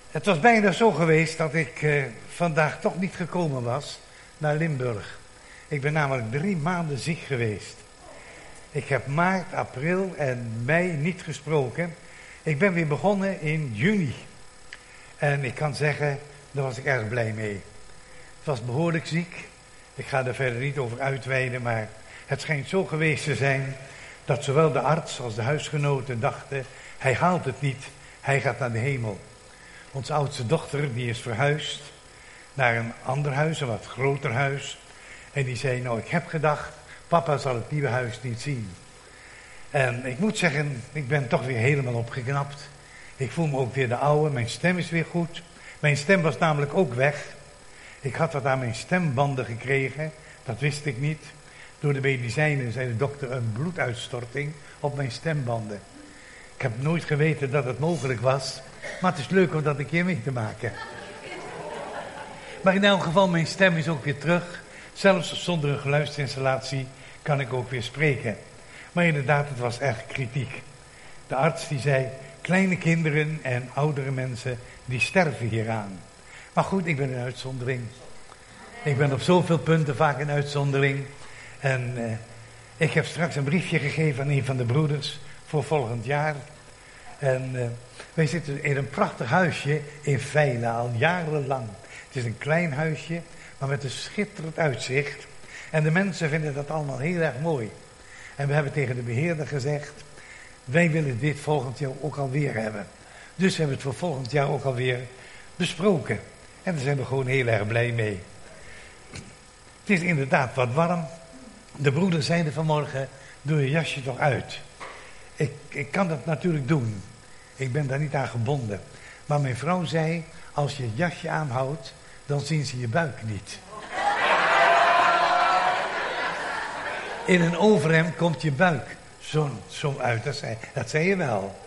Het was bijna zo geweest dat ik vandaag toch niet gekomen was naar Limburg. Ik ben namelijk 3 maanden ziek geweest. Ik heb maart, april en mei niet gesproken. Ik ben weer begonnen in juni. En ik kan zeggen, daar was ik erg blij mee. Het was behoorlijk ziek. Ik ga er verder niet over uitweiden, maar het schijnt zo geweest te zijn dat zowel de arts als de huisgenoten dachten, hij haalt het niet, hij gaat naar de hemel. Onze oudste dochter die is verhuisd naar een ander huis, een wat groter huis. En die zei, nou ik heb gedacht, papa zal het nieuwe huis niet zien. En ik moet zeggen, ik ben toch weer helemaal opgeknapt. Ik voel me ook weer de oude, mijn stem is weer goed. Mijn stem was namelijk ook weg. Ik had wat aan mijn stembanden gekregen, dat wist ik niet. Door de medicijnen zei de dokter een bloeduitstorting op mijn stembanden. Ik heb nooit geweten dat het mogelijk was, maar het is leuk om dat een keer mee te maken. Maar in elk geval, mijn stem is ook weer terug. Zelfs zonder een geluidsinstallatie kan ik ook weer spreken. Maar inderdaad, het was erg kritiek. De arts die zei, kleine kinderen en oudere mensen, die sterven hieraan. Maar goed, ik ben een uitzondering. Ik ben op zoveel punten vaak een uitzondering. En ik heb straks een briefje gegeven aan een van de broeders voor volgend jaar. En wij zitten in een prachtig huisje in Vejle al jarenlang. Het is een klein huisje, maar met een schitterend uitzicht. En de mensen vinden dat allemaal heel erg mooi. En we hebben tegen de beheerder gezegd, wij willen dit volgend jaar ook alweer hebben. Dus we hebben het voor volgend jaar ook alweer besproken. En daar zijn we gewoon heel erg blij mee. Het is inderdaad wat warm. De broeders zeiden vanmorgen, doe je jasje toch uit. Ik kan dat natuurlijk doen. Ik ben daar niet aan gebonden. Maar mijn vrouw zei, als je het jasje aanhoudt, dan zien ze je buik niet. In een overhemd komt je buik zo uit. Dat zei je wel.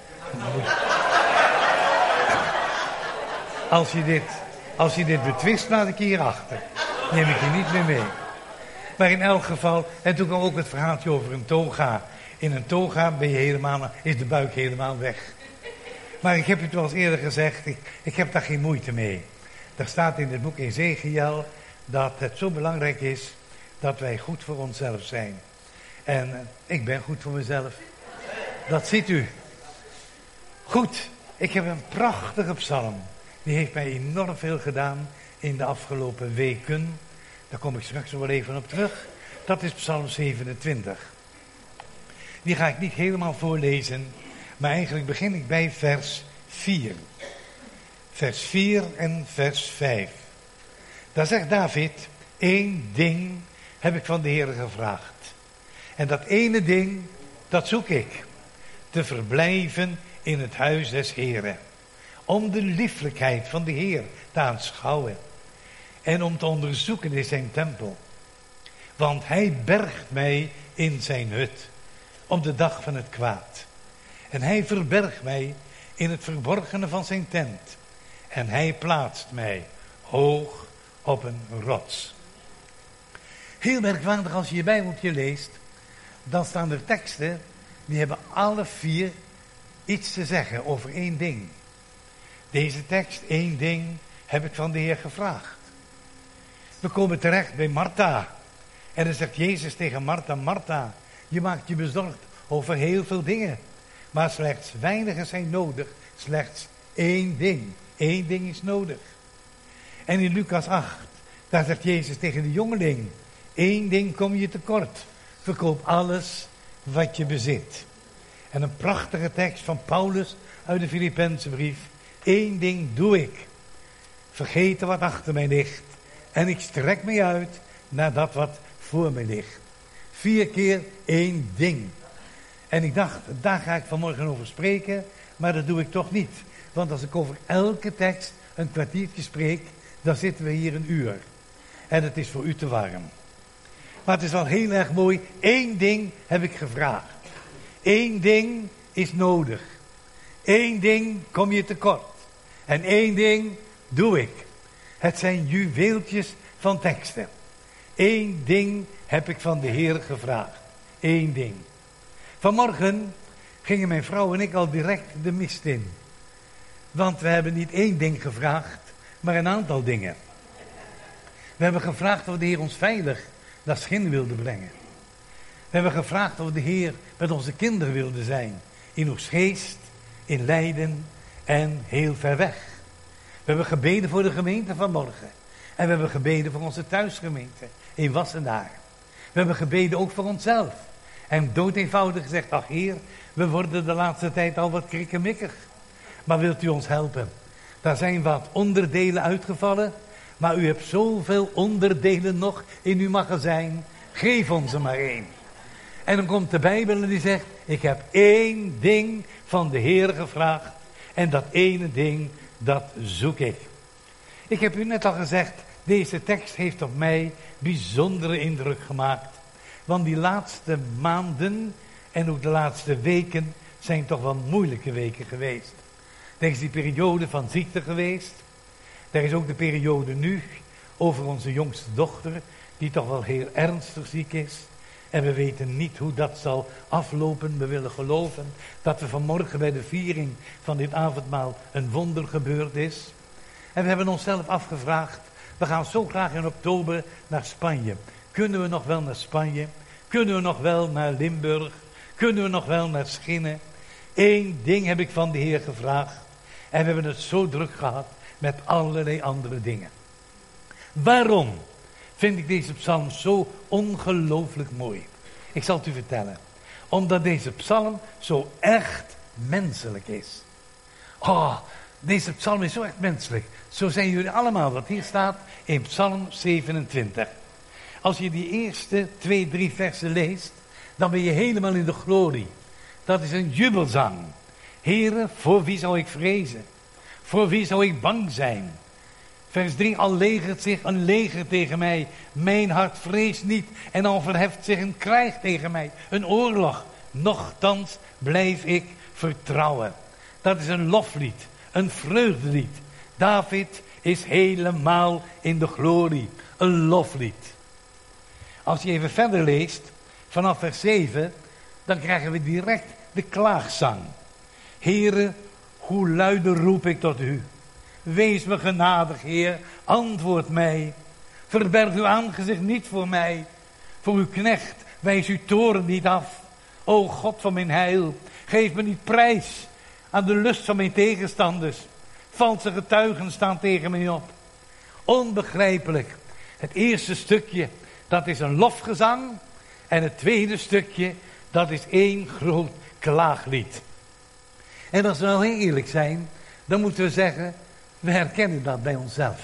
Als je dit betwist, laat ik je hierachter. Neem ik je niet meer mee. Maar in elk geval, en toen kwam ook het verhaaltje over een toga. In een toga is de buik helemaal weg. Maar ik heb het wel eens eerder gezegd, ik heb daar geen moeite mee. Er staat in het boek Ezekiel dat het zo belangrijk is dat wij goed voor onszelf zijn. En ik ben goed voor mezelf. Dat ziet u. Goed, ik heb een prachtige psalm. Die heeft mij enorm veel gedaan in de afgelopen weken. Daar kom ik straks nog wel even op terug. Dat is psalm 27. Die ga ik niet helemaal voorlezen, maar eigenlijk begin ik bij vers 4. Vers 4 en vers 5. Daar zegt David, 1 ding heb ik van de Heer gevraagd. En dat ene ding, dat zoek ik. Te verblijven in het huis des Heeren. Om de lieflijkheid van de Heer te aanschouwen. En om te onderzoeken in zijn tempel. Want hij bergt mij in zijn hut. Op de dag van het kwaad. En hij verbergt mij in het verborgene van zijn tent. En hij plaatst mij hoog op een rots. Heel merkwaardig als je je Bijbeltje leest. Dan staan er teksten. Die hebben alle 4 iets te zeggen over 1 ding. Deze tekst, 1 ding, heb ik van de Heer gevraagd. We komen terecht bij Martha. En dan zegt Jezus tegen Martha, Martha, je maakt je bezorgd over heel veel dingen. Maar slechts weinige zijn nodig. Slechts 1 ding. 1 ding is nodig. En in Lucas 8, daar zegt Jezus tegen de jongeling, 1 ding kom je tekort. Verkoop alles wat je bezit. En een prachtige tekst van Paulus uit de Filippenzenbrief. 1 ding doe ik. Vergeten wat achter mij ligt. En ik strek mij uit naar dat wat voor mij ligt. 4 keer 1 ding. En ik dacht, daar ga ik vanmorgen over spreken. Maar dat doe ik toch niet. Want als ik over elke tekst een kwartiertje spreek, dan zitten we hier 1 uur. En het is voor u te warm. Maar het is wel heel erg mooi. 1 ding heb ik gevraagd. 1 ding is nodig. 1 ding kom je tekort. En 1 ding doe ik. Het zijn juweeltjes van teksten. 1 ding heb ik van de Heer gevraagd. 1 ding. Vanmorgen gingen mijn vrouw en ik al direct de mist in. Want we hebben niet één ding gevraagd, maar een aantal dingen. We hebben gevraagd of de Heer ons veilig naar Schin wilde brengen. We hebben gevraagd of de Heer met onze kinderen wilde zijn. In Oegstgeest, in Leiden en heel ver weg. We hebben gebeden voor de gemeente van morgen. En we hebben gebeden voor onze thuisgemeente in Wassenaar. We hebben gebeden ook voor onszelf. En doodeenvoudig gezegd, ach Heer, we worden de laatste tijd al wat krikkemikkig. Maar wilt u ons helpen? Daar zijn wat onderdelen uitgevallen. Maar u hebt zoveel onderdelen nog in uw magazijn. Geef ons er maar één. En dan komt de Bijbel en die zegt, ik heb één ding van de Heer gevraagd. En dat ene ding, dat zoek ik. Ik heb u net al gezegd, deze tekst heeft op mij bijzondere indruk gemaakt. Want die laatste maanden en ook de laatste weken zijn toch wel moeilijke weken geweest. Er is die periode van ziekte geweest. Er is ook de periode nu over onze jongste dochter, die toch wel heel ernstig ziek is. En we weten niet hoe dat zal aflopen. We willen geloven dat er vanmorgen bij de viering van dit avondmaal een wonder gebeurd is. En we hebben onszelf afgevraagd, we gaan zo graag in oktober naar Spanje. Kunnen we nog wel naar Spanje? Kunnen we nog wel naar Limburg? Kunnen we nog wel naar Schinnen? Eén ding heb ik van de Heer gevraagd. En we hebben het zo druk gehad met allerlei andere dingen. Waarom vind ik deze psalm zo ongelooflijk mooi? Ik zal het u vertellen. Omdat deze psalm zo echt menselijk is. Oh, deze psalm is zo echt menselijk. Zo zijn jullie allemaal wat hier staat in psalm 27. Als je die eerste 2-3 versen leest, dan ben je helemaal in de glorie. Dat is een jubelzang. Heere, voor wie zou ik vrezen? Voor wie zou ik bang zijn? Vers 3, al legert zich een leger tegen mij. Mijn hart vreest niet en al verheft zich een krijg tegen mij. Een oorlog, nochtans blijf ik vertrouwen. Dat is een loflied, een vreugdelied. David is helemaal in de glorie. Een loflied. Als je even verder leest, vanaf vers 7, dan krijgen we direct de klaagzang. Heere, hoe luider roep ik tot u. Wees me genadig, Heer, antwoord mij. Verberg uw aangezicht niet voor mij. Voor uw knecht, wijs uw toorn niet af. O God van mijn heil, geef me niet prijs aan de lust van mijn tegenstanders. Valse getuigen staan tegen mij op. Onbegrijpelijk. Het eerste stukje, dat is een lofgezang. En het tweede stukje, dat is één groot klaaglied. En als we nou heel eerlijk zijn, dan moeten we zeggen, we herkennen dat bij onszelf.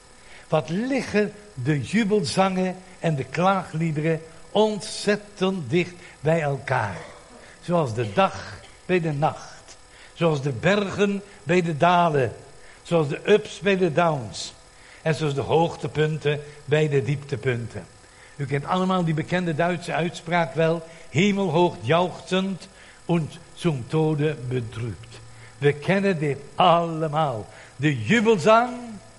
Wat liggen de jubelzangen en de klaagliederen ontzettend dicht bij elkaar. Zoals de dag bij de nacht. Zoals de bergen bij de dalen. Zoals de ups bij de downs. En zoals de hoogtepunten bij de dieptepunten. U kent allemaal die bekende Duitse uitspraak wel. Hemelhoog jauchzend und zum Tode bedrückt. We kennen dit allemaal. De jubelzang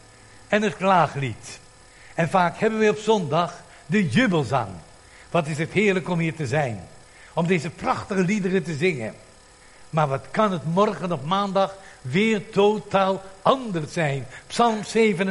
en het klaaglied. En vaak hebben we op zondag de jubelzang. Wat is het heerlijk om hier te zijn. Om deze prachtige liederen te zingen. Maar wat kan het morgen op maandag weer totaal anders zijn. Psalm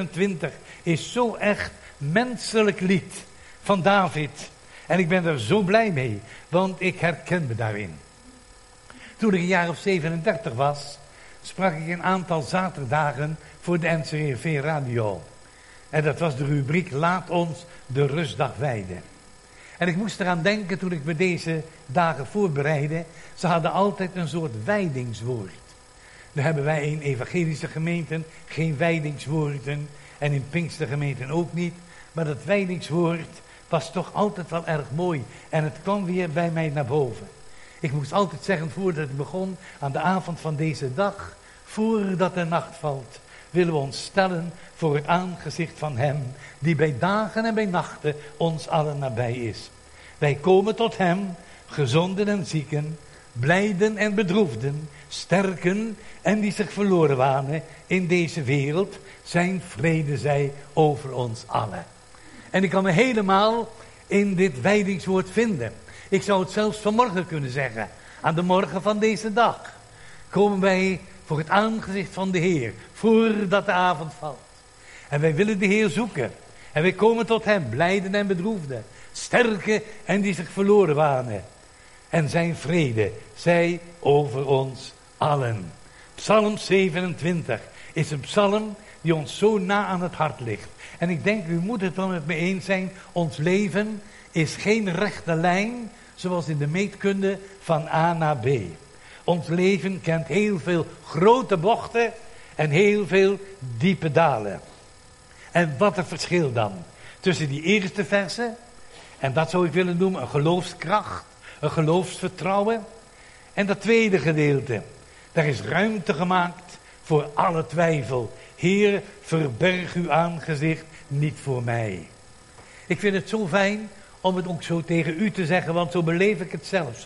27 is zo echt menselijk lied van David. En ik ben er zo blij mee, want ik herken me daarin. Toen ik een jaar of 37 was, sprak ik een aantal zaterdagen voor de NCRV Radio. En dat was de rubriek Laat ons de rustdag wijden. En ik moest eraan denken toen ik me deze dagen voorbereidde. Ze hadden altijd een soort wijdingswoord. Nu hebben wij in evangelische gemeenten geen wijdingswoorden. En in Pinkstergemeenten ook niet. Maar dat wijdingswoord was toch altijd wel erg mooi. En het kwam weer bij mij naar boven. Ik moest altijd zeggen voordat ik begon aan de avond van deze dag. Voordat de nacht valt, willen we ons stellen voor het aangezicht van hem, die bij dagen en bij nachten ons allen nabij is. Wij komen tot hem, gezonden en zieken, blijden en bedroefden, sterken en die zich verloren wanen in deze wereld, zijn vrede zij over ons allen. En ik kan me helemaal in dit wijdingswoord vinden. Ik zou het zelfs vanmorgen kunnen zeggen, aan de morgen van deze dag. Komen wij voor het aangezicht van de Heer, voordat de avond valt. En wij willen de Heer zoeken. En wij komen tot hem, blijden en bedroefden, sterke en die zich verloren wanen. En zijn vrede zij over ons allen. Psalm 27 is een psalm die ons zo na aan het hart ligt. En ik denk, u moet het wel met me eens zijn, ons leven is geen rechte lijn, zoals in de meetkunde van A naar B. Ons leven kent heel veel grote bochten en heel veel diepe dalen. En wat een verschil dan tussen die eerste verse, en dat zou ik willen noemen een geloofskracht, een geloofsvertrouwen, en dat tweede gedeelte. Daar is ruimte gemaakt voor alle twijfel. Heer, verberg uw aangezicht niet voor mij. Ik vind het zo fijn om het ook zo tegen u te zeggen, want zo beleef ik het zelfs.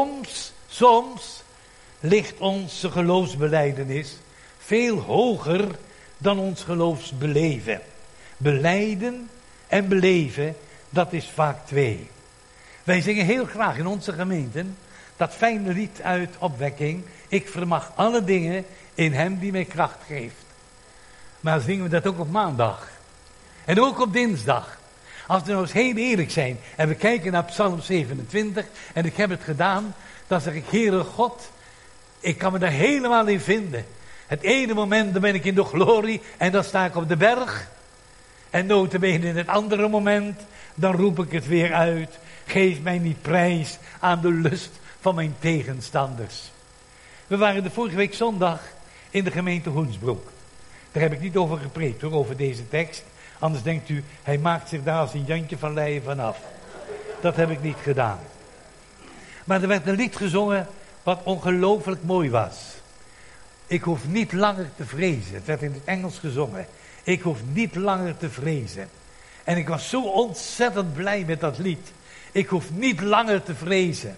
Soms ligt onze geloofsbelijdenis veel hoger dan ons geloofsbeleven. Belijden en beleven, dat is vaak twee. Wij zingen heel graag in onze gemeenten dat fijne lied uit opwekking. Ik vermag alle dingen in hem die mij kracht geeft. Maar zingen we dat ook op maandag. En ook op dinsdag. Als we nou eens heel eerlijk zijn en we kijken naar Psalm 27 en ik heb het gedaan, dan zeg ik, Heere God, ik kan me daar helemaal in vinden. Het ene moment dan ben ik in de glorie en dan sta ik op de berg. En nota bene in het andere moment, dan roep ik het weer uit. Geef mij niet prijs aan de lust van mijn tegenstanders. We waren de vorige week zondag in de gemeente Hoensbroek. Daar heb ik niet over gepreekt hoor, over deze tekst. Anders denkt u, hij maakt zich daar als een Jantje van Leijen vanaf. Dat heb ik niet gedaan. Maar er werd een lied gezongen wat ongelooflijk mooi was. Ik hoef niet langer te vrezen. Het werd in het Engels gezongen. Ik hoef niet langer te vrezen. En ik was zo ontzettend blij met dat lied. Ik hoef niet langer te vrezen.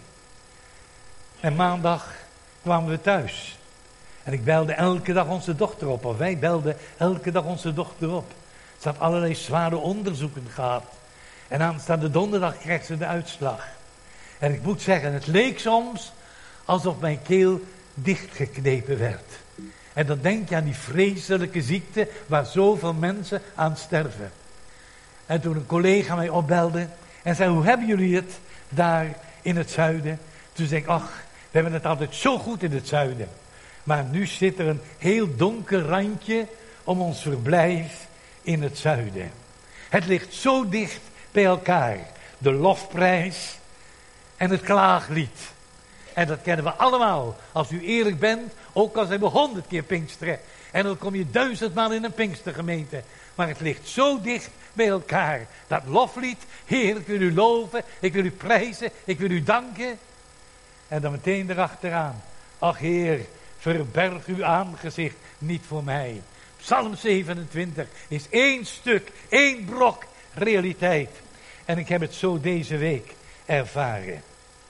En maandag kwamen we thuis. En ik belde elke dag onze dochter op. Of wij belden elke dag onze dochter op. Ze had allerlei zware onderzoeken gehad. En aanstaande donderdag kreeg ze de uitslag. En ik moet zeggen, het leek soms alsof mijn keel dichtgeknepen werd. En dan denk je aan die vreselijke ziekte waar zoveel mensen aan sterven. En toen een collega mij opbelde en zei, hoe hebben jullie het daar in het zuiden? Toen zei ik, ach, we hebben het altijd zo goed in het zuiden. Maar nu zit er een heel donker randje om ons verblijf in het zuiden. Het ligt zo dicht bij elkaar. De lofprijs en het klaaglied. En dat kennen we allemaal. Als u eerlijk bent, ook al zijn we 100 keer Pinksteren. En dan kom je 1000 maal in een Pinkstergemeente. Maar het ligt zo dicht bij elkaar. Dat loflied, Heer, ik wil u loven, ik wil u prijzen, ik wil u danken. En dan meteen erachteraan. Ach Heer, verberg uw aangezicht niet voor mij. Psalm 27 is één stuk, één brok realiteit. En ik heb het zo deze week ervaren.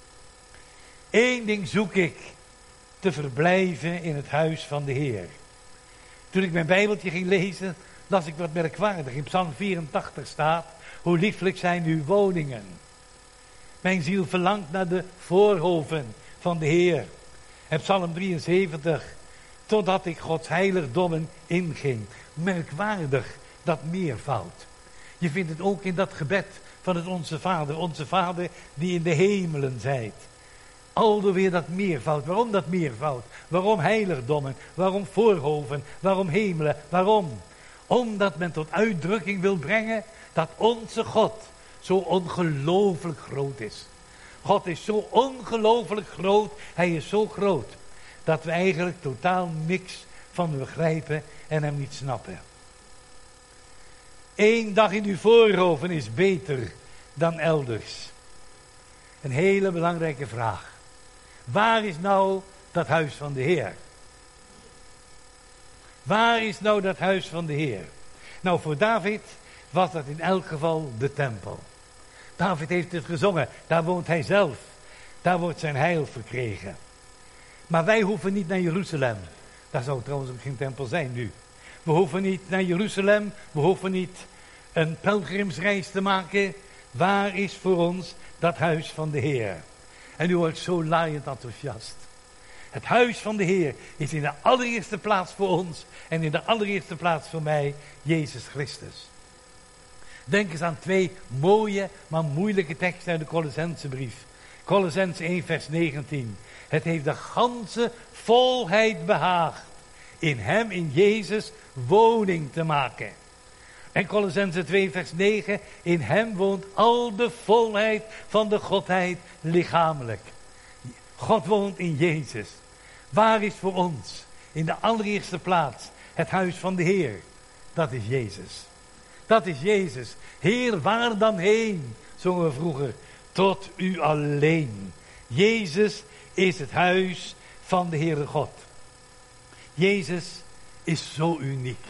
Eén ding zoek ik, te verblijven in het huis van de Heer. Toen ik mijn Bijbeltje ging lezen, las ik wat merkwaardig. In Psalm 84 staat, hoe lieflijk zijn uw woningen. Mijn ziel verlangt naar de voorhoven van de Heer. En Psalm 73, totdat ik Gods heiligdommen inging. Merkwaardig dat meervoud. Je vindt het ook in dat gebed van het Onze Vader die in de hemelen zijt. Aldoor weer dat meervoud. Waarom dat meervoud? Waarom heiligdommen? Waarom voorhoven? Waarom hemelen? Waarom? Omdat men tot uitdrukking wil brengen dat onze God zo ongelooflijk groot is. God is zo ongelooflijk groot. Hij is zo groot dat we eigenlijk totaal niks van begrijpen en hem niet snappen. 1 dag in uw voorhoven is beter dan elders. Een hele belangrijke vraag. Waar is nou dat huis van de Heer? Waar is nou dat huis van de Heer? Nou, voor David was dat in elk geval de tempel. David heeft het gezongen. Daar woont hij zelf. Daar wordt zijn heil verkregen. Maar wij hoeven niet naar Jeruzalem. Daar zou trouwens ook geen tempel zijn nu. We hoeven niet naar Jeruzalem. We hoeven niet een pelgrimsreis te maken. Waar is voor ons dat huis van de Heer? En u wordt zo laaiend enthousiast. Het huis van de Heer is in de allereerste plaats voor ons en in de allereerste plaats voor mij, Jezus Christus. Denk eens aan 2 mooie, maar moeilijke teksten uit de Colossensebrief. Colossense 1 vers 19. Het heeft de ganse volheid behaagd in hem, in Jezus, woning te maken. En Colossense 2 vers 9. In hem woont al de volheid van de Godheid lichamelijk. God woont in Jezus. Waar is voor ons in de allereerste plaats het huis van de Heer? Dat is Jezus. Dat is Jezus. Heer, waar dan heen? Zongen we vroeger. Tot u alleen. Jezus is het huis van de Heere God. Jezus is zo uniek.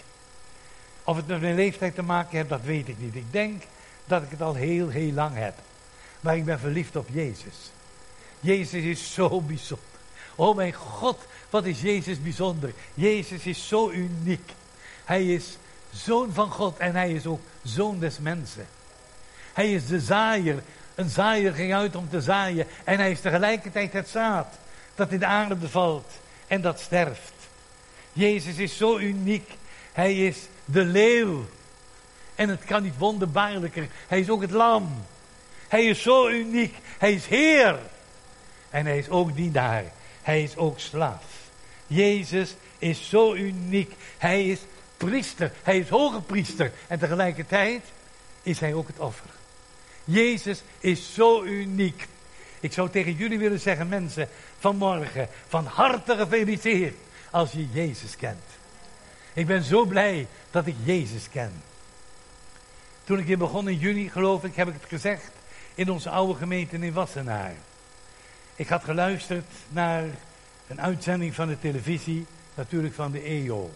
Of het met mijn leeftijd te maken heeft, dat weet ik niet. Ik denk dat ik het al heel, heel lang heb. Maar ik ben verliefd op Jezus. Jezus is zo bijzonder. Oh mijn God, wat is Jezus bijzonder. Jezus is zo uniek. Hij is zoon van God en hij is ook zoon des mensen. Hij is de zaaier. Een zaaier ging uit om te zaaien. En hij is tegelijkertijd het zaad dat in de aarde valt en dat sterft. Jezus is zo uniek. Hij is de leeuw. En het kan niet wonderbaarlijker. Hij is ook het lam. Hij is zo uniek. Hij is Heer. En hij is ook dienaar. Hij is ook slaaf. Jezus is zo uniek. Hij is priester. Hij is hoge priester. En tegelijkertijd is hij ook het offer. Jezus is zo uniek. Ik zou tegen jullie willen zeggen, mensen, vanmorgen, van harte gefeliciteerd als je Jezus kent. Ik ben zo blij dat ik Jezus ken. Toen ik hier begon in juni, geloof ik, heb ik het gezegd, in onze oude gemeente in Wassenaar. Ik had geluisterd naar een uitzending van de televisie, natuurlijk van de EO.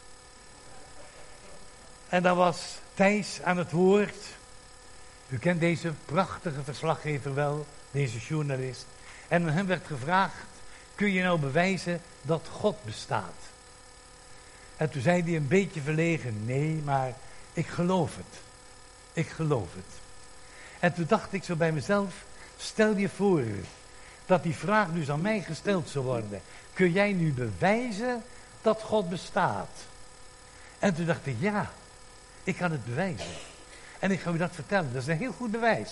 En daar was Thijs aan het woord. U kent deze prachtige verslaggever wel, deze journalist. En aan hem werd gevraagd, kun je nou bewijzen dat God bestaat? En toen zei hij een beetje verlegen, nee, maar ik geloof het. Ik geloof het. En toen dacht ik zo bij mezelf, stel je voor dat die vraag dus aan mij gesteld zou worden. Kun jij nu bewijzen dat God bestaat? En toen dacht ik, ja, ik kan het bewijzen. En ik ga u dat vertellen, dat is een heel goed bewijs.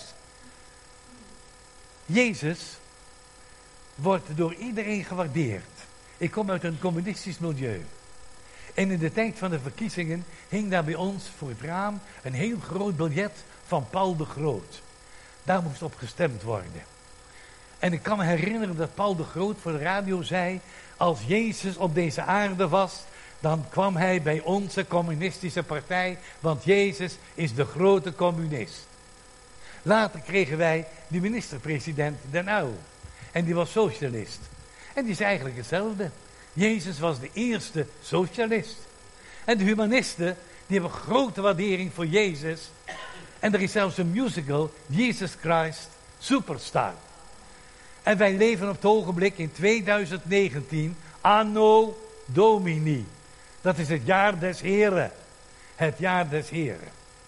Jezus wordt door iedereen gewaardeerd. Ik kom uit een communistisch milieu. En in de tijd van de verkiezingen hing daar bij ons voor het raam een heel groot biljet van Paul de Groot. Daar moest op gestemd worden. En ik kan me herinneren dat Paul de Groot voor de radio zei, als Jezus op deze aarde was, dan kwam hij bij onze communistische partij, want Jezus is de grote communist. Later kregen wij de minister-president Den Uyl. En die was socialist. En die is eigenlijk hetzelfde. Jezus was de eerste socialist. En de humanisten, die hebben grote waardering voor Jezus. En er is zelfs een musical, Jesus Christ Superstar. En wij leven op het ogenblik in 2019, Anno Domini. Dat is het jaar des Heren. Het jaar des Heren.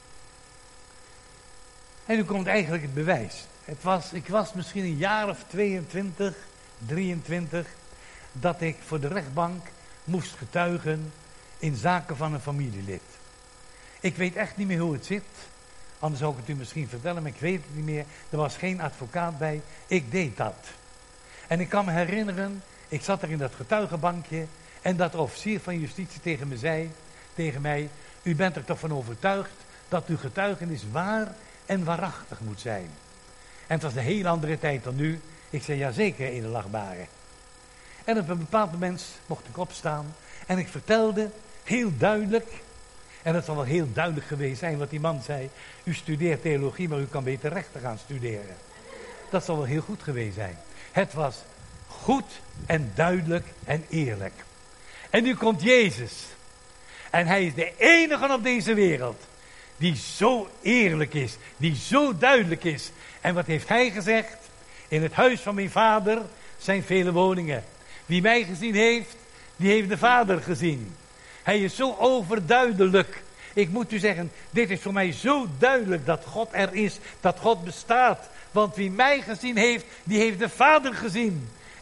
En nu komt eigenlijk het bewijs. Ik was misschien een jaar of 22, 23... dat ik voor de rechtbank moest getuigen in zaken van een familielid. Ik weet echt niet meer hoe het zit. Anders zou ik het u misschien vertellen, maar ik weet het niet meer. Er was geen advocaat bij. Ik deed dat. En ik kan me herinneren, ik zat er in dat getuigenbankje en dat de officier van justitie tegen mij, u bent er toch van overtuigd dat uw getuigenis waar en waarachtig moet zijn. En het was een heel andere tijd dan nu. Ik zei, ja zeker, edelachtbare. En op een bepaald moment mocht ik opstaan en ik vertelde heel duidelijk, en het zal wel heel duidelijk geweest zijn wat die man zei, u studeert theologie, maar u kan beter rechten gaan studeren. Dat zal wel heel goed geweest zijn. Het was goed en duidelijk en eerlijk. En nu komt Jezus. En hij is de enige op deze wereld die zo eerlijk is, die zo duidelijk is. En wat heeft hij gezegd? In het huis van mijn vader zijn vele woningen. Wie mij gezien heeft, die heeft de Vader gezien. Hij is zo overduidelijk. Ik moet u zeggen, dit is voor mij zo duidelijk dat God er is, dat God bestaat. Want wie mij gezien heeft, die heeft de Vader gezien.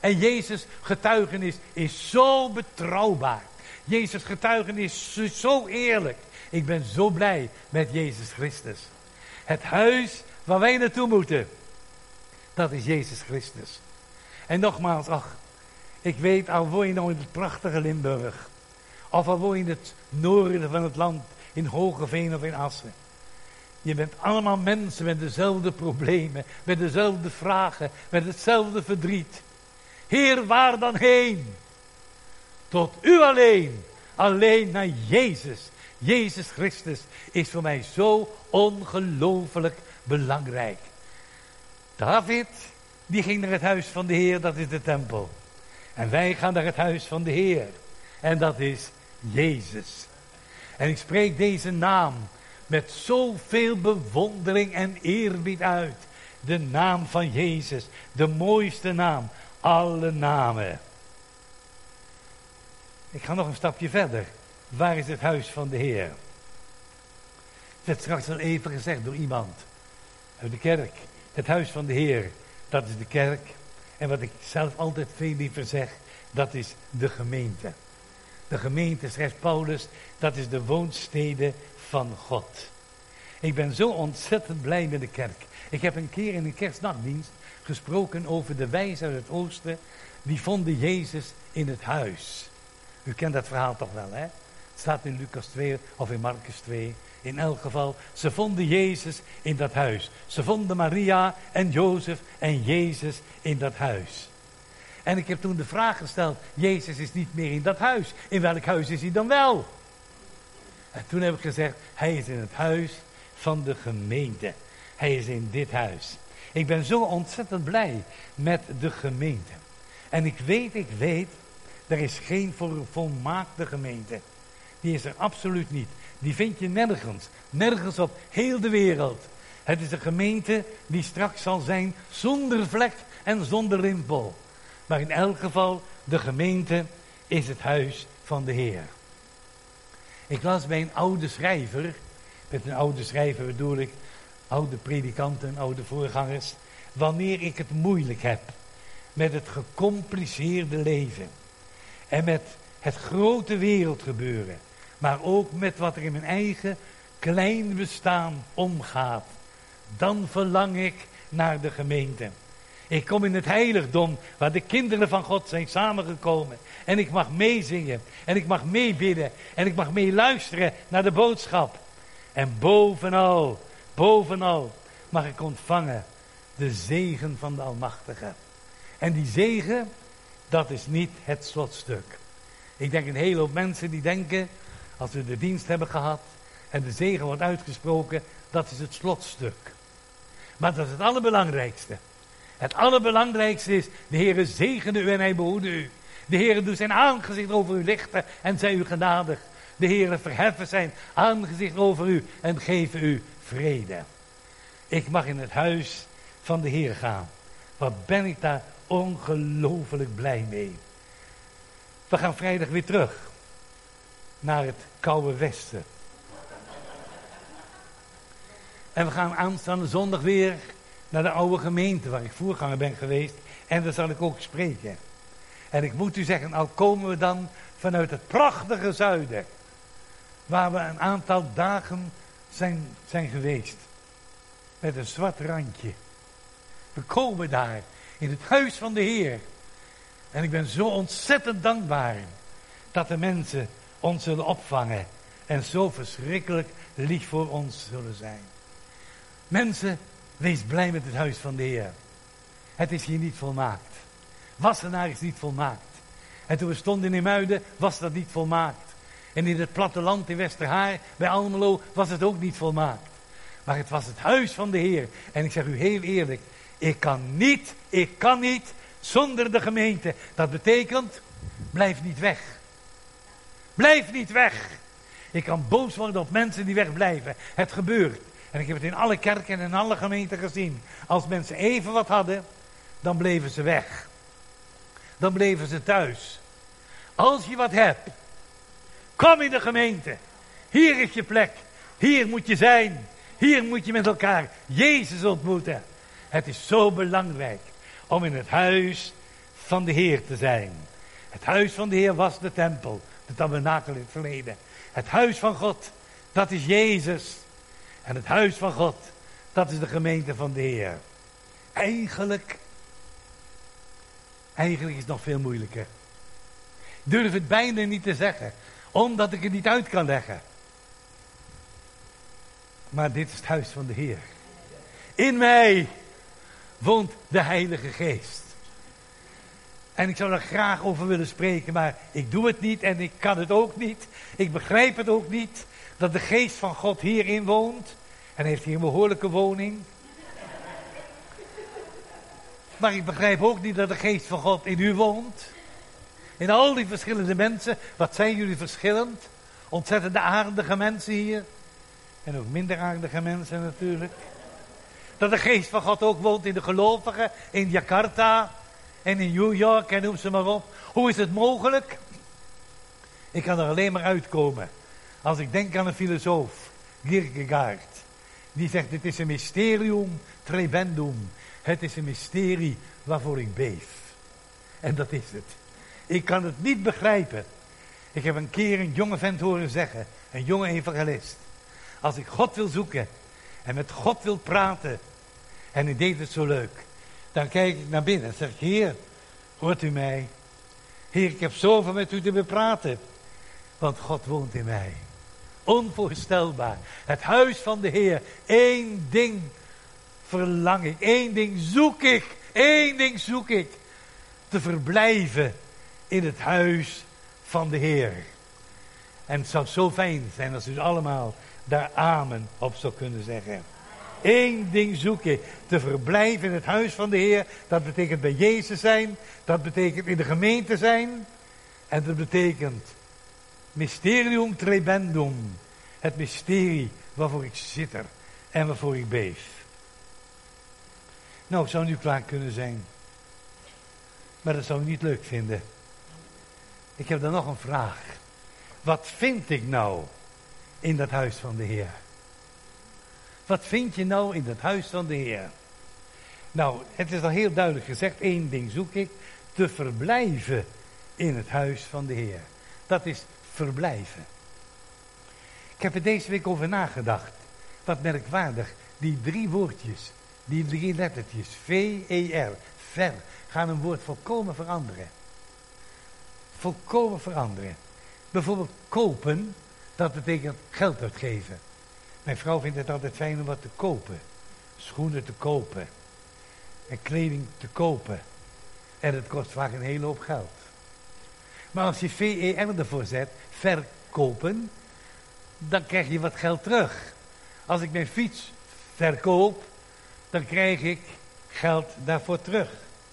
En Jezus' getuigenis is zo betrouwbaar. Jezus' getuigenis is zo eerlijk. Ik ben zo blij met Jezus Christus. Het huis waar wij naartoe moeten, dat is Jezus Christus. En nogmaals, ik weet, al woon je nou in het prachtige Limburg, of al woon je in het noorden van het land, in Hogeveen of in Assen. Je bent allemaal mensen met dezelfde problemen, met dezelfde vragen, met hetzelfde verdriet. Heer, waar dan heen? Tot u alleen, alleen naar Jezus. Jezus Christus is voor mij zo ongelooflijk belangrijk. David, die ging naar het huis van de Heer, dat is de tempel. En wij gaan naar het huis van de Heer. En dat is Jezus. En ik spreek deze naam met zoveel bewondering en eerbied uit. De naam van Jezus, de mooiste naam, alle namen. Ik ga nog een stapje verder. Waar is het huis van de Heer? Het werd straks al even gezegd door iemand uit de kerk. Het huis van de Heer, dat is de kerk. En wat ik zelf altijd veel liever zeg, dat is de gemeente. De gemeente, schrijft Paulus, dat is de woonstede van God. Ik ben zo ontzettend blij met de kerk. Ik heb een keer in een kerstnachtdienst gesproken over de wijzen uit het oosten. Die vonden Jezus in het huis. U kent dat verhaal toch wel, hè? Het staat in Lucas 2 of in Marcus 2. In elk geval, ze vonden Jezus in dat huis. Ze vonden Maria en Jozef en Jezus in dat huis. En ik heb toen de vraag gesteld, Jezus is niet meer in dat huis. In welk huis is hij dan wel? En toen heb ik gezegd, hij is in het huis van de gemeente. Hij is in dit huis. Ik ben zo ontzettend blij met de gemeente. En ik weet, er is geen volmaakte gemeente. Die is er absoluut niet. Die vind je nergens. Nergens op heel de wereld. Het is een gemeente die straks zal zijn zonder vlek en zonder rimpel. Maar in elk geval, de gemeente is het huis van de Heer. Ik las bij een oude schrijver. Met een oude schrijver bedoel ik oude predikanten, oude voorgangers. Wanneer ik het moeilijk heb met het gecompliceerde leven. En met het grote wereldgebeuren. Maar ook met wat er in mijn eigen klein bestaan omgaat. Dan verlang ik naar de gemeente. Ik kom in het heiligdom waar de kinderen van God zijn samengekomen. En ik mag meezingen. En ik mag meebidden. En ik mag meeluisteren naar de boodschap. En bovenal mag ik ontvangen de zegen van de Almachtige. En die zegen, dat is niet het slotstuk. Ik denk een hele hoop mensen die denken, als we de dienst hebben gehad en de zegen wordt uitgesproken, dat is het slotstuk. Maar dat is het allerbelangrijkste. Het allerbelangrijkste is, de Heere zegene u en hij behoede u. De Heere doet zijn aangezicht over u lichten en zij u genadig. De Heere verheffen zijn aangezicht over u en geven u vrede. Ik mag in het huis van de Heer gaan. Wat ben ik daar ongelooflijk blij mee. We gaan vrijdag weer terug naar het koude westen. En we gaan aanstaande zondag weer naar de oude gemeente waar ik voorganger ben geweest. En daar zal ik ook spreken. En ik moet u zeggen, al komen we dan vanuit het prachtige zuiden. Waar we een aantal dagen zijn geweest. Met een zwart randje. We komen daar in het huis van de Heer. En ik ben zo ontzettend dankbaar dat de mensen ons zullen opvangen. En zo verschrikkelijk lief voor ons zullen zijn. Mensen, wees blij met het huis van de Heer. Het is hier niet volmaakt. Wassenaar is niet volmaakt. En toen we stonden in Muiden was dat niet volmaakt. En in het platteland in Westerhaar, bij Almelo, was het ook niet volmaakt. Maar het was het huis van de Heer. En ik zeg u heel eerlijk, ik kan niet zonder de gemeente. Dat betekent, blijf niet weg. Blijf niet weg. Ik kan boos worden op mensen die wegblijven. Het gebeurt. En ik heb het in alle kerken en in alle gemeenten gezien. Als mensen even wat hadden, dan bleven ze weg. Dan bleven ze thuis. Als je wat hebt, kom in de gemeente. Hier is je plek. Hier moet je zijn. Hier moet je met elkaar Jezus ontmoeten. Het is zo belangrijk om in het huis van de Heer te zijn. Het huis van de Heer was de tempel, de tabernakel in het verleden. Het huis van God, dat is Jezus. En het huis van God, dat is de gemeente van de Heer. Eigenlijk is het nog veel moeilijker. Ik durf het bijna niet te zeggen, omdat ik het niet uit kan leggen. Maar dit is het huis van de Heer. In mij woont de Heilige Geest. En ik zou daar graag over willen spreken, maar ik doe het niet en ik kan het ook niet. Ik begrijp het ook niet, dat de Geest van God hierin woont. En heeft hier een behoorlijke woning. Maar ik begrijp ook niet dat de Geest van God in u woont. In al die verschillende mensen. Wat zijn jullie verschillend? Ontzettende aardige mensen hier. En ook minder aardige mensen natuurlijk. Dat de Geest van God ook woont in de gelovigen. In Jakarta. En in New York en noem ze maar op. Hoe is het mogelijk? Ik kan er alleen maar uitkomen. Als ik denk aan een filosoof. Kierkegaard. Die zegt, het is een mysterium trebendum. Het is een mysterie waarvoor ik beef. En dat is het. Ik kan het niet begrijpen. Ik heb een keer een jonge vent horen zeggen. Een jonge evangelist. Als ik God wil zoeken. En met God wil praten. En hij deed het zo leuk. Dan kijk ik naar binnen en zeg ik, Heer, hoort u mij? Heer, ik heb zoveel met u te bepraten. Want God woont in mij. Onvoorstelbaar. Het huis van de Heer. Eén ding verlang ik. Één ding zoek ik. Één ding zoek ik. Te verblijven in het huis van de Heer. En het zou zo fijn zijn als u allemaal daar amen op zou kunnen zeggen. Eén ding zoek ik. Te verblijven in het huis van de Heer. Dat betekent bij Jezus zijn. Dat betekent in de gemeente zijn. En dat betekent mysterium trebendum. Het mysterie waarvoor ik zit er. En waarvoor ik beef. Nou, ik zou nu klaar kunnen zijn. Maar dat zou ik niet leuk vinden. Ik heb dan nog een vraag. Wat vind ik nou in dat huis van de Heer? Wat vind je nou in dat huis van de Heer? Nou, het is al heel duidelijk gezegd. Één ding zoek ik. Te verblijven in het huis van de Heer. Dat is verblijven. Ik heb er deze week over nagedacht. Wat merkwaardig. Die drie woordjes. Die drie lettertjes. V-E-R. Ver. Gaan een woord volkomen veranderen. Volkomen veranderen. Bijvoorbeeld kopen. Dat betekent geld uitgeven. Mijn vrouw vindt het altijd fijn om wat te kopen. Schoenen te kopen. En kleding te kopen. En het kost vaak een hele hoop geld. Maar als je V-E-R ervoor zet, verkopen, dan krijg je wat geld terug. Als ik mijn fiets verkoop, dan krijg ik geld daarvoor terug.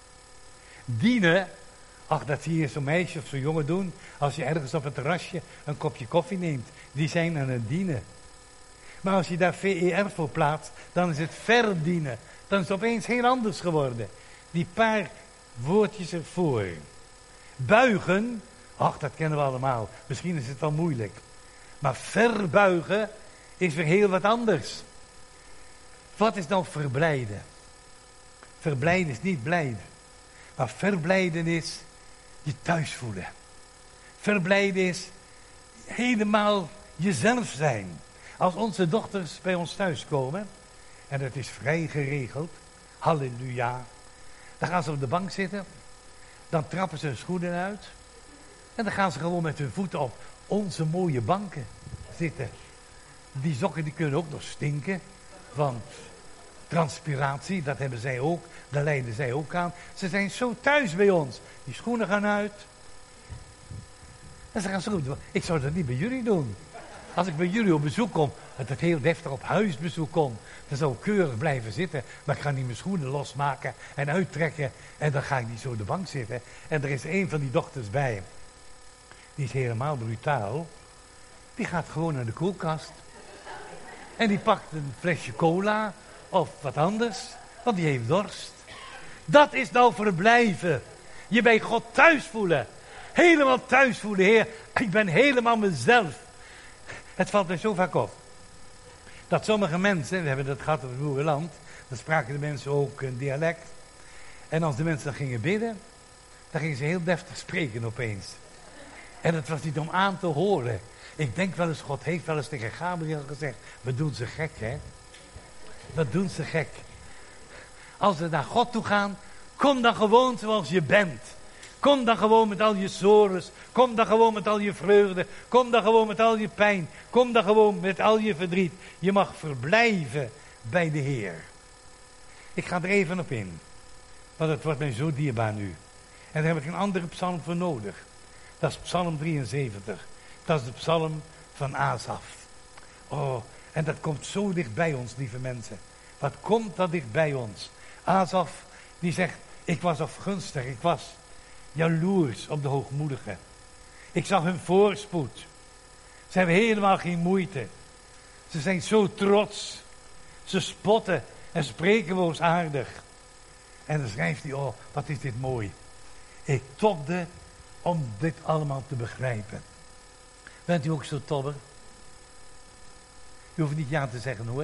Dienen, ach, dat zie je zo'n meisje of zo'n jongen doen. Als je ergens op een terrasje een kopje koffie neemt, die zijn aan het dienen. Maar als je daar V-E-R voor plaatst, dan is het verdienen. Dan is het opeens heel anders geworden. Die paar woordjes ervoor. Buigen, ach, dat kennen we allemaal. Misschien is het wel moeilijk. Maar verbuigen is weer heel wat anders. Wat is nou verblijden? Verblijden is niet blijden. Maar verblijden is je thuis voelen. Verblijden is helemaal jezelf zijn. Als onze dochters bij ons thuis komen, en dat is vrij geregeld, halleluja, dan gaan ze op de bank zitten, dan trappen ze hun schoenen uit, en dan gaan ze gewoon met hun voeten op onze mooie banken zitten. Die sokken die kunnen ook nog stinken, want transpiratie, dat hebben zij ook, daar lijden zij ook aan. Ze zijn zo thuis bij ons, die schoenen gaan uit. En ze gaan zo doen. Ik zou dat niet bij jullie doen. Als ik bij jullie op bezoek kom, dat het heel deftig op huisbezoek kom, dan zou ik keurig blijven zitten. Maar ik ga niet mijn schoenen losmaken en uittrekken. En dan ga ik niet zo op de bank zitten. En er is een van die dochters bij. Die is helemaal brutaal. Die gaat gewoon naar de koelkast. En die pakt een flesje cola of wat anders. Want die heeft dorst. Dat is nou verblijven. Je bij God thuis voelen. Helemaal thuis voelen, Heer. Ik ben helemaal mezelf. Het valt mij zo vaak op. Dat sommige mensen, we hebben dat gehad op het boerenland. Dan spraken de mensen ook een dialect. En als de mensen dan gingen bidden, Dan ging ze heel deftig spreken opeens. En het was niet om aan te horen. Ik denk wel eens, God heeft wel eens tegen Gabriel gezegd, we doen ze gek, hè. Wat doen ze gek. Als we naar God toe gaan, kom dan gewoon zoals je bent. Kom dan gewoon met al je sores. Kom dan gewoon met al je vreugde. Kom dan gewoon met al je pijn. Kom dan gewoon met al je verdriet. Je mag verblijven bij de Heer. Ik ga er even op in. Want het wordt mij zo dierbaar nu. En daar heb ik een andere psalm voor nodig. Dat is psalm 73. Dat is de psalm van Asaf. Oh, en dat komt zo dicht bij ons, lieve mensen. Wat komt dat dicht bij ons? Asaf, die zegt, ik was afgunstig, ik was jaloers op de hoogmoedigen. Ik zag hun voorspoed. Ze hebben helemaal geen moeite. Ze zijn zo trots. Ze spotten en spreken boosaardig. En dan schrijft hij, oh, wat is dit mooi. Ik tobde om dit allemaal te begrijpen. Bent u ook zo tobber? U hoeft niet ja te zeggen hoor.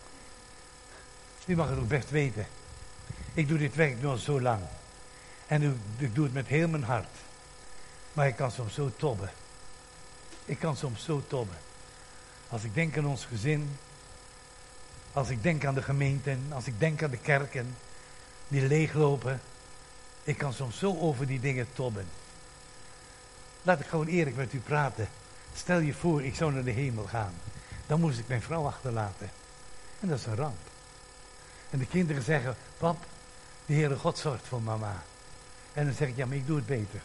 U mag het ook best weten. Ik doe dit werk nu al zo lang. En ik doe het met heel mijn hart. Maar ik kan soms zo tobben. Ik kan soms zo tobben. Als ik denk aan ons gezin. Als ik denk aan de gemeenten. Als ik denk aan de kerken. Die leeglopen. Ik kan soms zo over die dingen tobben. Laat ik gewoon eerlijk met u praten. Stel je voor, ik zou naar de hemel gaan. Dan moest ik mijn vrouw achterlaten. En dat is een ramp. En de kinderen zeggen, pap, de Heere God zorgt voor mama. En dan zeg ik, ja, maar ik doe het beter.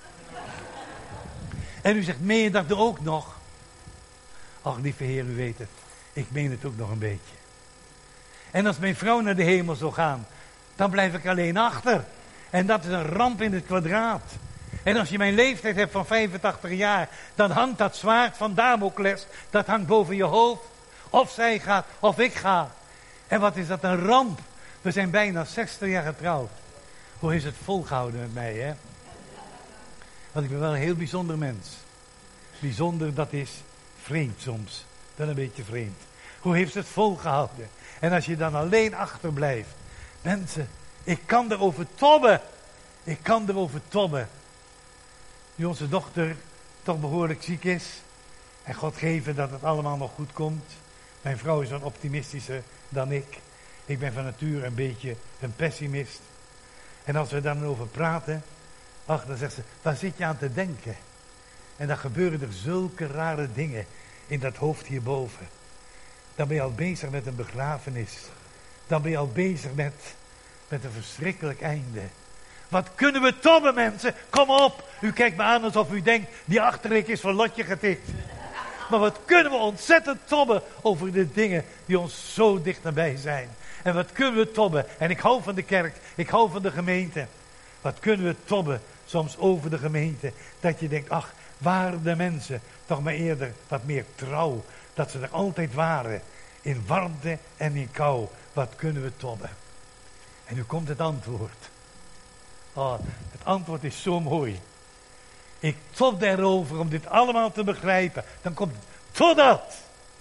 En u zegt, meen je dat ook nog? Ach, lieve Heer, u weet het. Ik meen het ook nog een beetje. En als mijn vrouw naar de hemel zou gaan, dan blijf ik alleen achter. En dat is een ramp in het kwadraat. En als je mijn leeftijd hebt van 85 jaar, dan hangt dat zwaard van Damocles, dat hangt boven je hoofd. Of zij gaat, of ik ga. En wat is dat een ramp. We zijn bijna 60 jaar getrouwd. Hoe is het volgehouden met mij, hè? Want ik ben wel een heel bijzonder mens. Bijzonder, dat is vreemd soms. Wel een beetje vreemd. Hoe heeft het volgehouden? En als je dan alleen achterblijft. Mensen, ik kan erover tobben. Ik kan erover tobben. Nu onze dochter toch behoorlijk ziek is. En God geven dat het allemaal nog goed komt. Mijn vrouw is wat optimistischer dan ik. Ik ben van nature een beetje een pessimist. En als we daar dan over praten. Ach, dan zegt ze, waar zit je aan te denken? En dan gebeuren er zulke rare dingen in dat hoofd hierboven. Dan ben je al bezig met een begrafenis. Dan ben je al bezig met een verschrikkelijk einde. Wat kunnen we tobben, mensen? Kom op. U kijkt me aan alsof u denkt, die achterik is van Lotje getikt. Maar wat kunnen we ontzettend tobben over de dingen die ons zo dicht nabij zijn. En wat kunnen we tobben? En ik hou van de kerk, ik hou van de gemeente. Wat kunnen we tobben soms over de gemeente? Dat je denkt, ach, waren de mensen toch maar eerder wat meer trouw. Dat ze er altijd waren. In warmte en in kou. Wat kunnen we tobben? En nu komt het antwoord. Oh, het antwoord is zo mooi. Ik tobde erover om dit allemaal te begrijpen. Dan komt het, totdat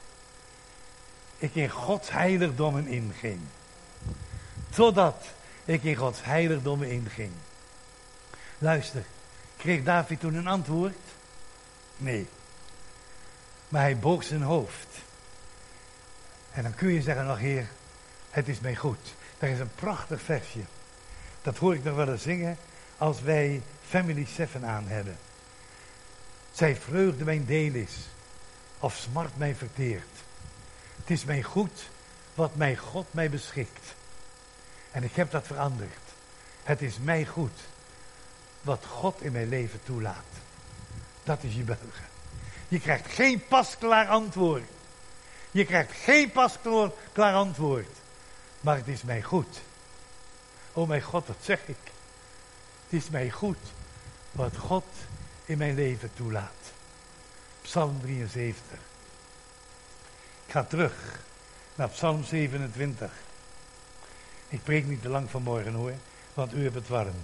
ik in Gods heiligdommen inging. Totdat ik in Gods heiligdommen inging. Luister, kreeg David toen een antwoord? Nee. Maar hij boog zijn hoofd. En dan kun je zeggen, nog Heer, het is mij goed. Er is een prachtig versje. Dat hoor ik nog wel eens zingen als wij Family 7 aan hebben. Zij vreugde mijn deel is, of smart mij verteert. Het is mij goed wat mijn God mij beschikt. En ik heb dat veranderd. Het is mij goed wat God in mijn leven toelaat. Dat is je buigen. Je krijgt geen pasklaar antwoord. Je krijgt geen pasklaar antwoord. Maar het is mij goed. Oh mijn God, wat zeg ik? Het is mij goed wat God in mijn leven toelaat. Psalm 73. Ik ga terug naar Psalm 27. Ik preek niet te lang vanmorgen hoor, want u hebt het warm.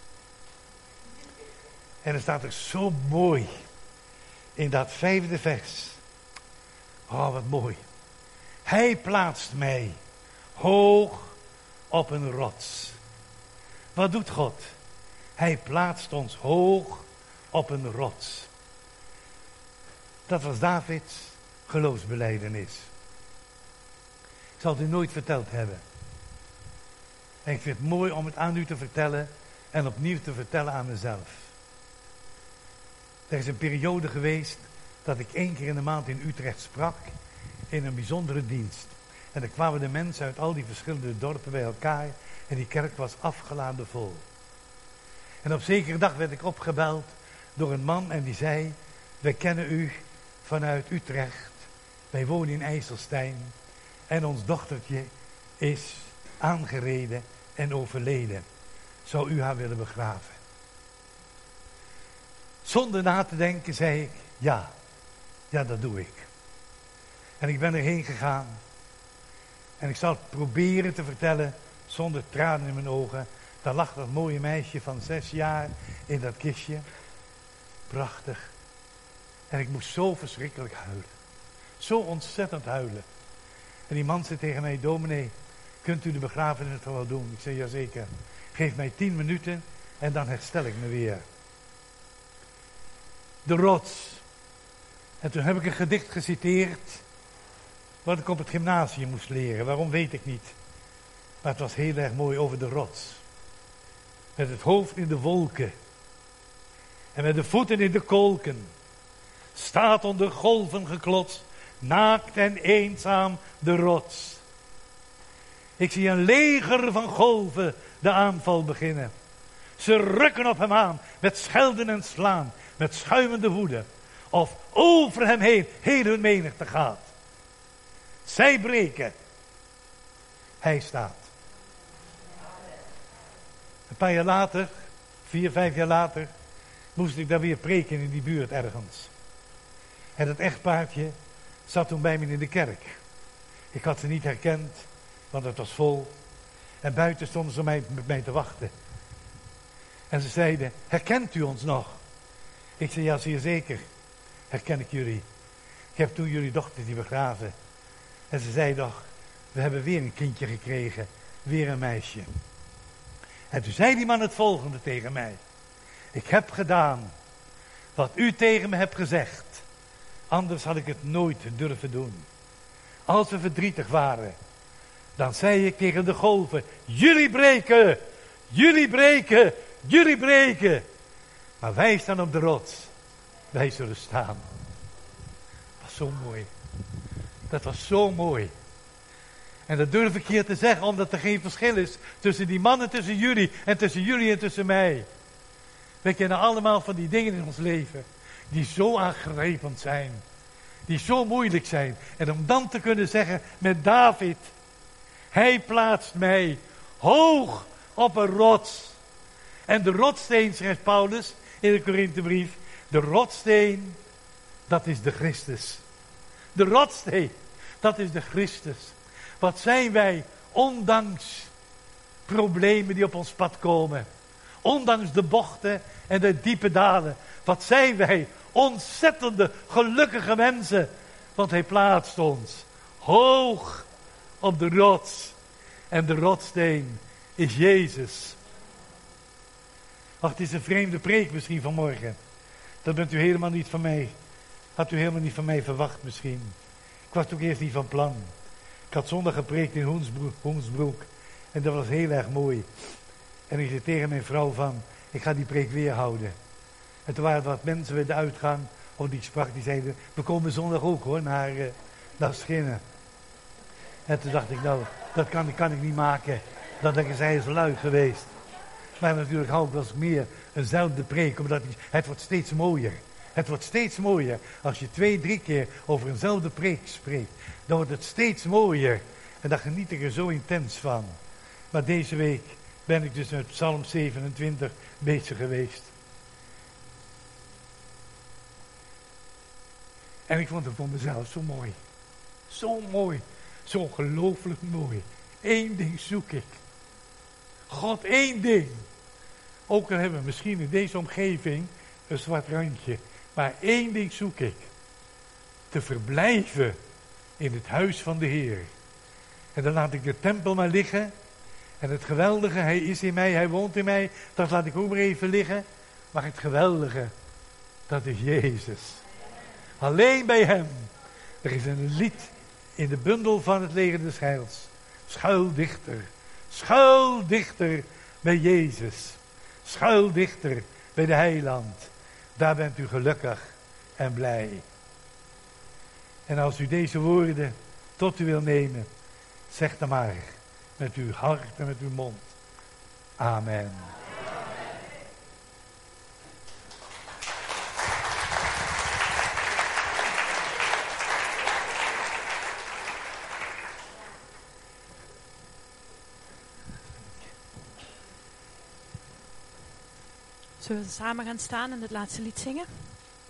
En er staat er zo mooi in dat 5e vers. Oh, wat mooi. Hij plaatst mij hoog op een rots. Wat doet God? Hij plaatst ons hoog op een rots. Dat was Davids geloofsbelijdenis. Ik zal het u nooit verteld hebben. En ik vind het mooi om het aan u te vertellen en opnieuw te vertellen aan mezelf. Er is een periode geweest dat ik 1 keer in de maand in Utrecht sprak in een bijzondere dienst. En er kwamen de mensen uit al die verschillende dorpen bij elkaar en die kerk was afgeladen vol. En op zekere dag werd ik opgebeld door een man en die zei: wij kennen u vanuit Utrecht. Wij wonen in IJsselstein en ons dochtertje is aangereden en overleden. Zou u haar willen begraven? Zonder na te denken zei ik: ja, dat doe ik. En ik ben erheen gegaan. En ik zal het proberen te vertellen zonder tranen in mijn ogen. Daar lag dat mooie meisje van 6 jaar in dat kistje. Prachtig. En ik moest zo verschrikkelijk huilen. Zo ontzettend huilen. En die man zei tegen mij: dominee, kunt u de begrafenis wel doen? Ik zei: jazeker. Geef mij 10 minuten en dan herstel ik me weer. De rots. En toen heb ik een gedicht geciteerd wat ik op het gymnasium moest leren. Waarom weet ik niet. Maar het was heel erg mooi over de rots. Met het hoofd in de wolken. En met de voeten in de kolken. Staat onder golven geklotst. Naakt en eenzaam de rots. Ik zie een leger van golven de aanval beginnen. Ze rukken op hem aan met schelden en slaan. Met schuimende woede. Of over hem heen heel hun menigte gaat. Zij breken. Hij staat. Een paar jaar later, 4, 5 jaar later, moest ik daar weer preken in die buurt ergens. En dat echtpaardje zat toen bij me in de kerk. Ik had ze niet herkend, want het was vol. En buiten stonden ze met mij te wachten. En ze zeiden: herkent u ons nog? Ik zei: ja, zeer zeker. Herken ik jullie. Ik heb toen jullie dochtertje begraven. En ze zei nog: we hebben weer een kindje gekregen. Weer een meisje. En toen zei die man het volgende tegen mij: ik heb gedaan wat u tegen me hebt gezegd. Anders had ik het nooit durven doen. Als we verdrietig waren, dan zei ik tegen de golven: jullie breken, jullie breken, jullie breken. Maar wij staan op de rots. Wij zullen staan. Dat was zo mooi. Dat was zo mooi. En dat durf ik hier te zeggen, omdat er geen verschil is tussen die mannen, tussen jullie en tussen mij. We kennen allemaal van die dingen in ons leven die zo aangrijpend zijn. Die zo moeilijk zijn. En om dan te kunnen zeggen met David: hij plaatst mij hoog op een rots. En de rotssteen, schrijft Paulus in de Korinthebrief, de rotssteen, dat is de Christus. De rotssteen, dat is de Christus. Wat zijn wij, ondanks problemen die op ons pad komen. Ondanks de bochten en de diepe dalen. Wat zijn wij, ontzettende, gelukkige mensen. Want hij plaatst ons hoog op de rots. En de rotssteen is Jezus. Ach, het is een vreemde preek misschien vanmorgen. Dat bent u helemaal niet van mij. Had u helemaal niet van mij verwacht misschien. Ik was ook eerst niet van plan. Ik had zondag gepreekt in Hoensbroek. En dat was heel erg mooi. En ik zei tegen mijn vrouw van: ik ga die preek weer houden. En toen waren er wat mensen bij de uitgang. Of die sprak, die zeiden: we komen zondag ook hoor, naar Schinnen. En toen dacht ik: nou, dat kan ik niet maken. Dan denk ik: zij is lui geweest. Maar natuurlijk hou ik wel eens meer eenzelfde preek. Omdat het wordt steeds mooier. Het wordt steeds mooier. Als je 2, 3 keer over eenzelfde preek spreekt, dan wordt het steeds mooier. En daar geniet ik er zo intens van. Maar deze week ben ik dus met Psalm 27 bezig geweest. En ik vond het voor mezelf zo mooi. Zo mooi. Zo ongelooflijk mooi. 1 ding zoek ik. God, 1 ding. Ook al hebben we misschien in deze omgeving een zwart randje. Maar 1 ding zoek ik. Te verblijven in het huis van de Heer. En dan laat ik de tempel maar liggen. En het geweldige, hij is in mij, hij woont in mij, dat laat ik ook maar even liggen. Maar het geweldige, dat is Jezus. Alleen bij hem. Er is een lied in de bundel van het leger des heils. Schuil dichter bij Jezus. Schuil dichter bij de heiland. Daar bent u gelukkig en blij. En als u deze woorden tot u wil nemen, zeg dan maar met uw hart en met uw mond. Amen. Zullen we samen gaan staan en het laatste lied zingen?